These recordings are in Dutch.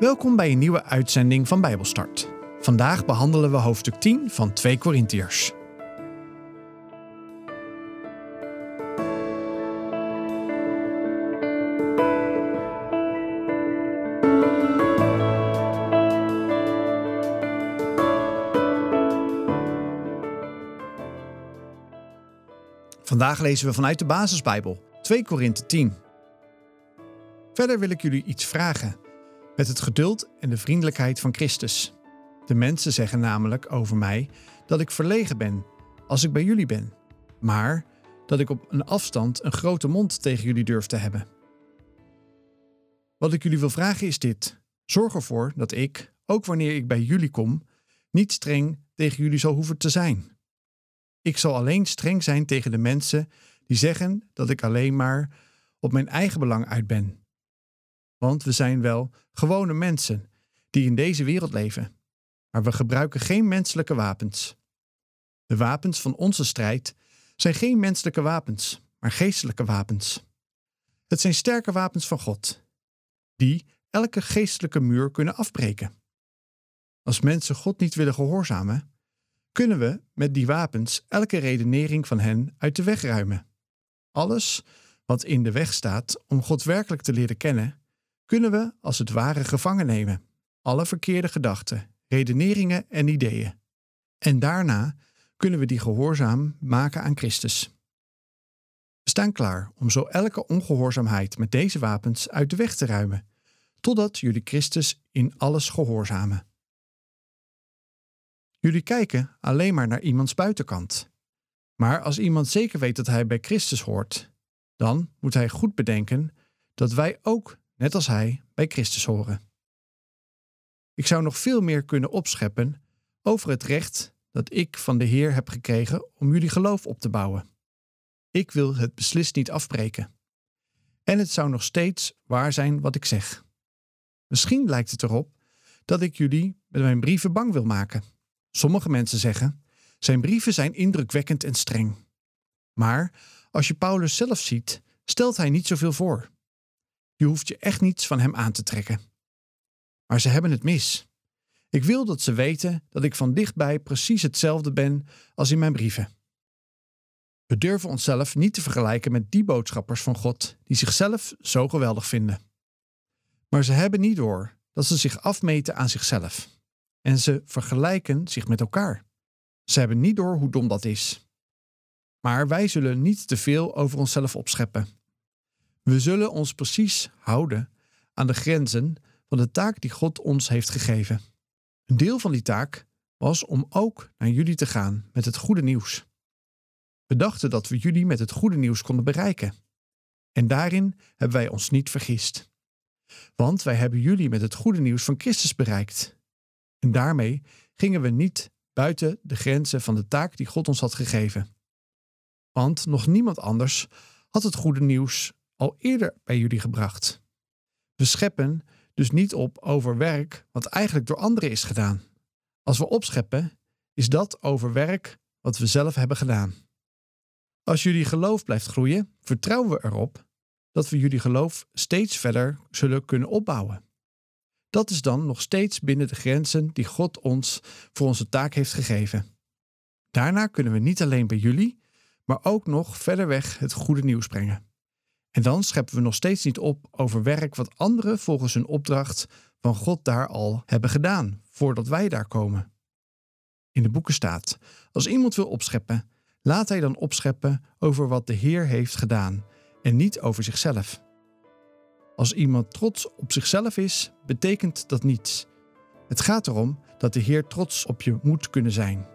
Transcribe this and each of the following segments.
Welkom bij een nieuwe uitzending van Bijbelstart. Vandaag behandelen we hoofdstuk 10 van 2 Korintiërs. Vandaag lezen we vanuit de basisbijbel, 2 Korinthe 10. Verder wil ik jullie iets vragen, met het geduld en de vriendelijkheid van Christus. De mensen zeggen namelijk over mij dat ik verlegen ben als ik bij jullie ben, maar dat ik op een afstand een grote mond tegen jullie durf te hebben. Wat ik jullie wil vragen is dit: zorg ervoor dat ik, ook wanneer ik bij jullie kom, niet streng tegen jullie zal hoeven te zijn. Ik zal alleen streng zijn tegen de mensen die zeggen dat ik alleen maar op mijn eigen belang uit ben. Want we zijn wel gewone mensen die in deze wereld leven, maar we gebruiken geen menselijke wapens. De wapens van onze strijd zijn geen menselijke wapens, maar geestelijke wapens. Het zijn sterke wapens van God, die elke geestelijke muur kunnen afbreken. Als mensen God niet willen gehoorzamen, kunnen we met die wapens elke redenering van hen uit de weg ruimen. Alles wat in de weg staat om God werkelijk te leren kennen, kunnen we als het ware gevangen nemen. Alle verkeerde gedachten, redeneringen en ideeën. En daarna kunnen we die gehoorzaam maken aan Christus. We staan klaar om zo elke ongehoorzaamheid met deze wapens uit de weg te ruimen, totdat jullie Christus in alles gehoorzamen. Jullie kijken alleen maar naar iemands buitenkant. Maar als iemand zeker weet dat hij bij Christus hoort, dan moet hij goed bedenken dat wij ook, net als hij, bij Christus horen. Ik zou nog veel meer kunnen opscheppen over het recht dat ik van de Heer heb gekregen om jullie geloof op te bouwen. Ik wil het beslist niet afbreken. En het zou nog steeds waar zijn wat ik zeg. Misschien lijkt het erop dat ik jullie met mijn brieven bang wil maken. Sommige mensen zeggen, zijn brieven zijn indrukwekkend en streng. Maar als je Paulus zelf ziet, stelt hij niet zoveel voor. Je hoeft je echt niets van hem aan te trekken. Maar ze hebben het mis. Ik wil dat ze weten dat ik van dichtbij precies hetzelfde ben als in mijn brieven. We durven onszelf niet te vergelijken met die boodschappers van God die zichzelf zo geweldig vinden. Maar ze hebben niet door dat ze zich afmeten aan zichzelf. En ze vergelijken zich met elkaar. Ze hebben niet door hoe dom dat is. Maar wij zullen niet te veel over onszelf opscheppen. We zullen ons precies houden aan de grenzen van de taak die God ons heeft gegeven. Een deel van die taak was om ook naar jullie te gaan met het goede nieuws. We dachten dat we jullie met het goede nieuws konden bereiken. En daarin hebben wij ons niet vergist. Want wij hebben jullie met het goede nieuws van Christus bereikt. En daarmee gingen we niet buiten de grenzen van de taak die God ons had gegeven. Want nog niemand anders had het goede nieuws al eerder bij jullie gebracht. We scheppen dus niet op over werk wat eigenlijk door anderen is gedaan. Als we opscheppen, is dat over werk wat we zelf hebben gedaan. Als jullie geloof blijft groeien, vertrouwen we erop dat we jullie geloof steeds verder zullen kunnen opbouwen. Dat is dan nog steeds binnen de grenzen die God ons voor onze taak heeft gegeven. Daarna kunnen we niet alleen bij jullie, maar ook nog verder weg het goede nieuws brengen. En dan scheppen we nog steeds niet op over werk wat anderen volgens hun opdracht van God daar al hebben gedaan, voordat wij daar komen. In de boeken staat, als iemand wil opscheppen, laat hij dan opscheppen over wat de Heer heeft gedaan en niet over zichzelf. Als iemand trots op zichzelf is, betekent dat niets. Het gaat erom dat de Heer trots op je moet kunnen zijn.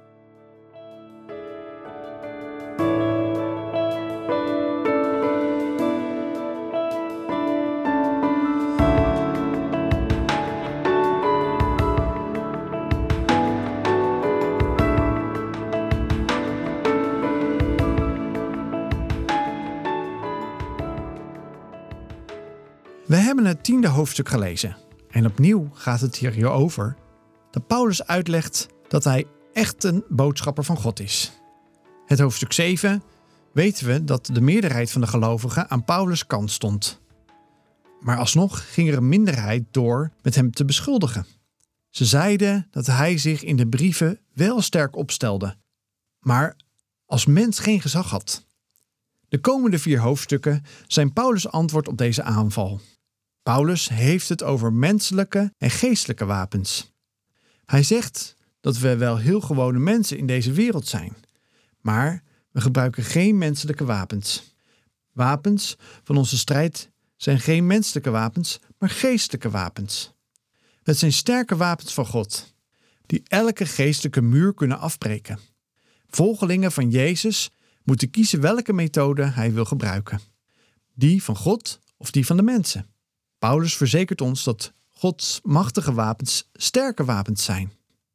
We hebben het 10e hoofdstuk gelezen en opnieuw gaat het hier over dat Paulus uitlegt dat hij echt een boodschapper van God is. Het hoofdstuk 7 weten we dat de meerderheid van de gelovigen aan Paulus' kant stond. Maar alsnog ging er een minderheid door met hem te beschuldigen. Ze zeiden dat hij zich in de brieven wel sterk opstelde, maar als mens geen gezag had. De komende 4 hoofdstukken zijn Paulus' antwoord op deze aanval. Paulus heeft het over menselijke en geestelijke wapens. Hij zegt dat we wel heel gewone mensen in deze wereld zijn, maar we gebruiken geen menselijke wapens. Wapens van onze strijd zijn geen menselijke wapens, maar geestelijke wapens. Het zijn sterke wapens van God, die elke geestelijke muur kunnen afbreken. Volgelingen van Jezus moeten kiezen welke methode hij wil gebruiken. Die van God of die van de mensen. Paulus verzekert ons dat Gods machtige wapens sterke wapens zijn.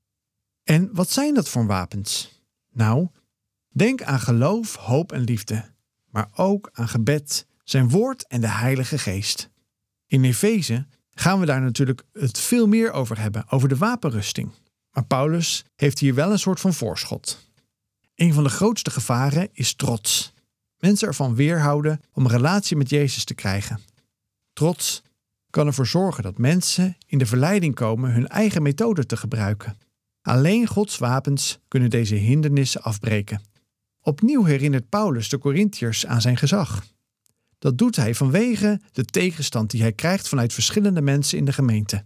En wat zijn dat voor wapens? Nou, denk aan geloof, hoop en liefde, maar ook aan gebed, zijn woord en de Heilige Geest. In Efeze gaan we daar natuurlijk het veel meer over hebben, over de wapenrusting. Maar Paulus heeft hier wel een soort van voorschot. Een van de grootste gevaren is trots. Mensen ervan weerhouden om een relatie met Jezus te krijgen. Trots kan ervoor zorgen dat mensen in de verleiding komen hun eigen methode te gebruiken. Alleen Gods wapens kunnen deze hindernissen afbreken. Opnieuw herinnert Paulus de Korintiërs aan zijn gezag. Dat doet hij vanwege de tegenstand die hij krijgt vanuit verschillende mensen in de gemeente.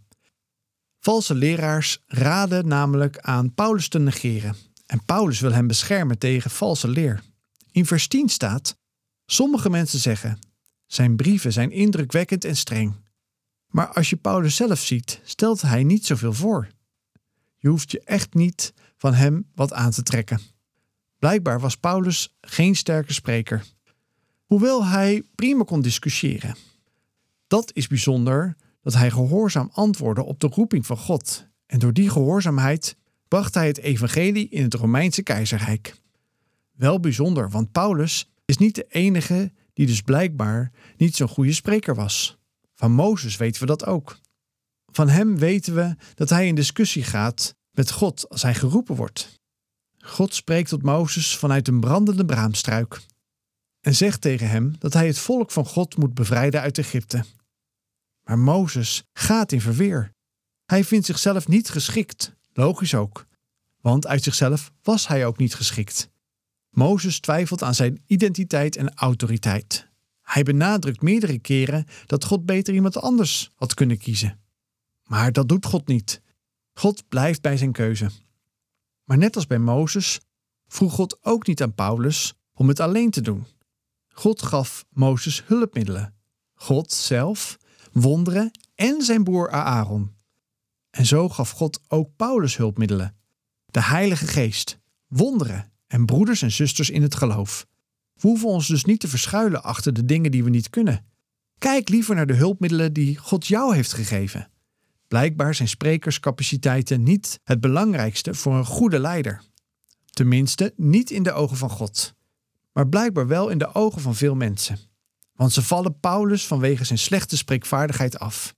Valse leraars raden namelijk aan Paulus te negeren. En Paulus wil hem beschermen tegen valse leer. In vers 10 staat: sommige mensen zeggen, zijn brieven zijn indrukwekkend en streng. Maar als je Paulus zelf ziet, stelt hij niet zoveel voor. Je hoeft je echt niet van hem wat aan te trekken. Blijkbaar was Paulus geen sterke spreker. Hoewel hij prima kon discussiëren. Dat is bijzonder dat hij gehoorzaam antwoordde op de roeping van God. En door die gehoorzaamheid bracht hij het evangelie in het Romeinse keizerrijk. Wel bijzonder, want Paulus is niet de enige die dus blijkbaar niet zo'n goede spreker was. Van Mozes weten we dat ook. Van hem weten we dat hij in discussie gaat met God als hij geroepen wordt. God spreekt tot Mozes vanuit een brandende braamstruik en zegt tegen hem dat hij het volk van God moet bevrijden uit Egypte. Maar Mozes gaat in verweer. Hij vindt zichzelf niet geschikt, logisch ook, want uit zichzelf was hij ook niet geschikt. Mozes twijfelt aan zijn identiteit en autoriteit. Hij benadrukt meerdere keren dat God beter iemand anders had kunnen kiezen. Maar dat doet God niet. God blijft bij zijn keuze. Maar net als bij Mozes vroeg God ook niet aan Paulus om het alleen te doen. God gaf Mozes hulpmiddelen. God zelf, wonderen en zijn broer Aaron. En zo gaf God ook Paulus hulpmiddelen. De Heilige Geest, wonderen en broeders en zusters in het geloof. We hoeven ons dus niet te verschuilen achter de dingen die we niet kunnen. Kijk liever naar de hulpmiddelen die God jou heeft gegeven. Blijkbaar zijn sprekerscapaciteiten niet het belangrijkste voor een goede leider. Tenminste, niet in de ogen van God. Maar blijkbaar wel in de ogen van veel mensen. Want ze vallen Paulus vanwege zijn slechte spreekvaardigheid af.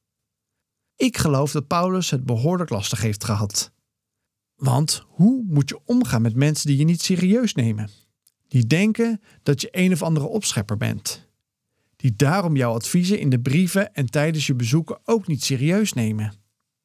Ik geloof dat Paulus het behoorlijk lastig heeft gehad. Want hoe moet je omgaan met mensen die je niet serieus nemen? Die denken dat je een of andere opschepper bent. Die daarom jouw adviezen in de brieven en tijdens je bezoeken ook niet serieus nemen.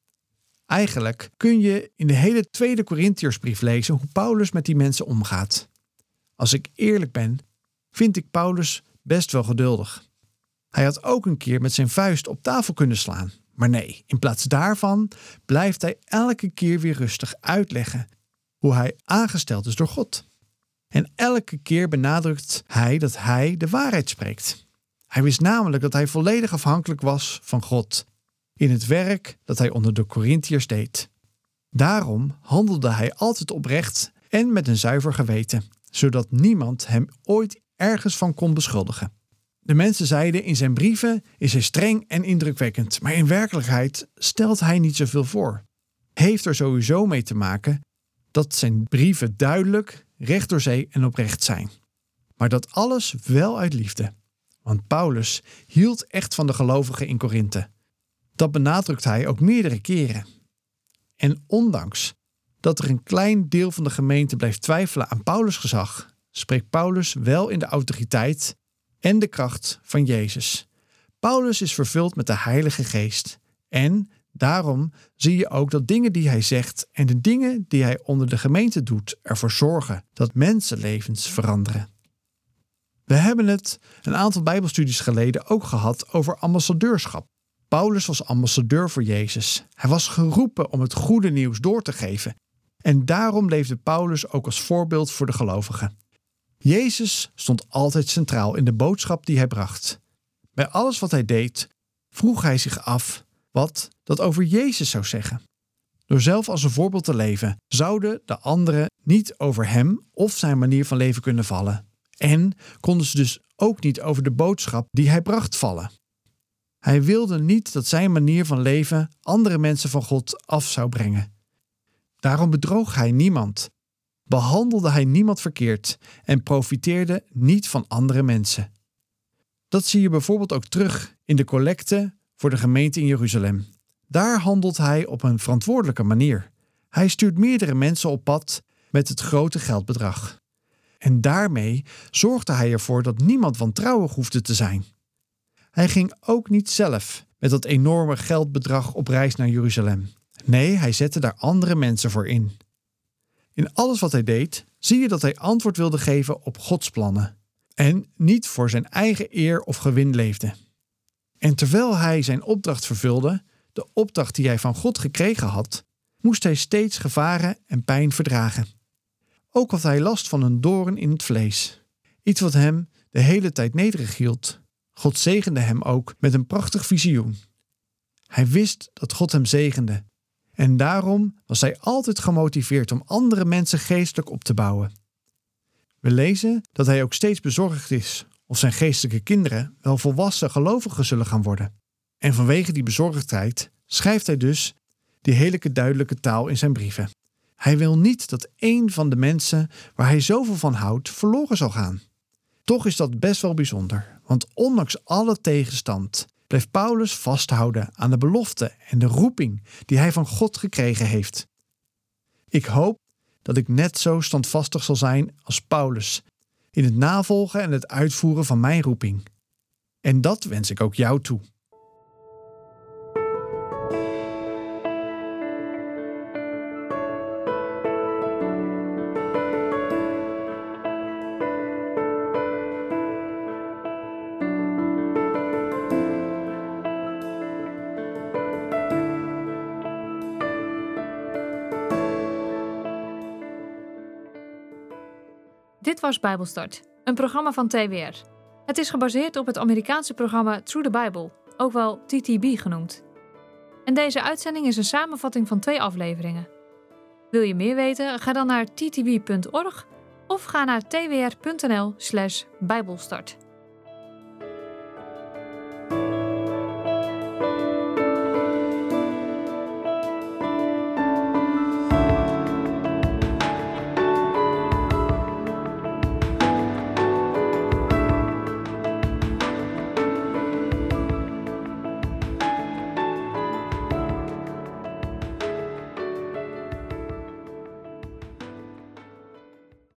Eigenlijk kun je in de hele 2e Korintiërsbrief lezen hoe Paulus met die mensen omgaat. Als ik eerlijk ben, vind ik Paulus best wel geduldig. Hij had ook een keer met zijn vuist op tafel kunnen slaan. Maar nee, in plaats daarvan blijft hij elke keer weer rustig uitleggen hoe hij aangesteld is door God. En elke keer benadrukt hij dat hij de waarheid spreekt. Hij wist namelijk dat hij volledig afhankelijk was van God in het werk dat hij onder de Korintiërs deed. Daarom handelde hij altijd oprecht en met een zuiver geweten, zodat niemand hem ooit ergens van kon beschuldigen. De mensen zeiden in zijn brieven is hij streng en indrukwekkend, maar in werkelijkheid stelt hij niet zoveel voor. Heeft er sowieso mee te maken dat zijn brieven duidelijk, recht door zee en oprecht zijn. Maar dat alles wel uit liefde. Want Paulus hield echt van de gelovigen in Korinthe. Dat benadrukt hij ook meerdere keren. En ondanks dat er een klein deel van de gemeente blijft twijfelen aan Paulus' gezag, spreekt Paulus wel in de autoriteit en de kracht van Jezus. Paulus is vervuld met de Heilige Geest. En daarom zie je ook dat dingen die hij zegt en de dingen die hij onder de gemeente doet ervoor zorgen dat mensenlevens veranderen. We hebben het een aantal Bijbelstudies geleden ook gehad over ambassadeurschap. Paulus was ambassadeur voor Jezus. Hij was geroepen om het goede nieuws door te geven. En daarom leefde Paulus ook als voorbeeld voor de gelovigen. Jezus stond altijd centraal in de boodschap die hij bracht. Bij alles wat hij deed, vroeg hij zich af wat dat over Jezus zou zeggen. Door zelf als een voorbeeld te leven, zouden de anderen niet over hem of zijn manier van leven kunnen vallen. En konden ze dus ook niet over de boodschap die hij bracht vallen. Hij wilde niet dat zijn manier van leven andere mensen van God af zou brengen. Daarom bedroog hij niemand, behandelde hij niemand verkeerd en profiteerde niet van andere mensen. Dat zie je bijvoorbeeld ook terug in de collecte voor de gemeente in Jeruzalem. Daar handelt hij op een verantwoordelijke manier. Hij stuurt meerdere mensen op pad met het grote geldbedrag. En daarmee zorgde hij ervoor dat niemand wantrouwig hoefde te zijn. Hij ging ook niet zelf met dat enorme geldbedrag op reis naar Jeruzalem. Nee, hij zette daar andere mensen voor in. In alles wat hij deed, zie je dat hij antwoord wilde geven op Gods plannen. En niet voor zijn eigen eer of gewin leefde. En terwijl hij zijn opdracht vervulde, de opdracht die hij van God gekregen had, moest hij steeds gevaren en pijn verdragen. Ook had hij last van een doorn in het vlees. Iets wat hem de hele tijd nederig hield. God zegende hem ook met een prachtig visioen. Hij wist dat God hem zegende. En daarom was hij altijd gemotiveerd om andere mensen geestelijk op te bouwen. We lezen dat hij ook steeds bezorgd is of zijn geestelijke kinderen wel volwassen gelovigen zullen gaan worden. En vanwege die bezorgdheid schrijft hij dus die hele duidelijke taal in zijn brieven. Hij wil niet dat één van de mensen waar hij zoveel van houdt verloren zal gaan. Toch is dat best wel bijzonder, want ondanks alle tegenstand bleef Paulus vasthouden aan de belofte en de roeping die hij van God gekregen heeft. Ik hoop dat ik net zo standvastig zal zijn als Paulus in het navolgen en het uitvoeren van mijn roeping. En dat wens ik ook jou toe. Dit was Bijbelstart, een programma van TWR. Het is gebaseerd op het Amerikaanse programma Through the Bible, ook wel TTB genoemd. En deze uitzending is een samenvatting van 2 afleveringen. Wil je meer weten? Ga dan naar ttb.org of ga naar twr.nl/bijbelstart.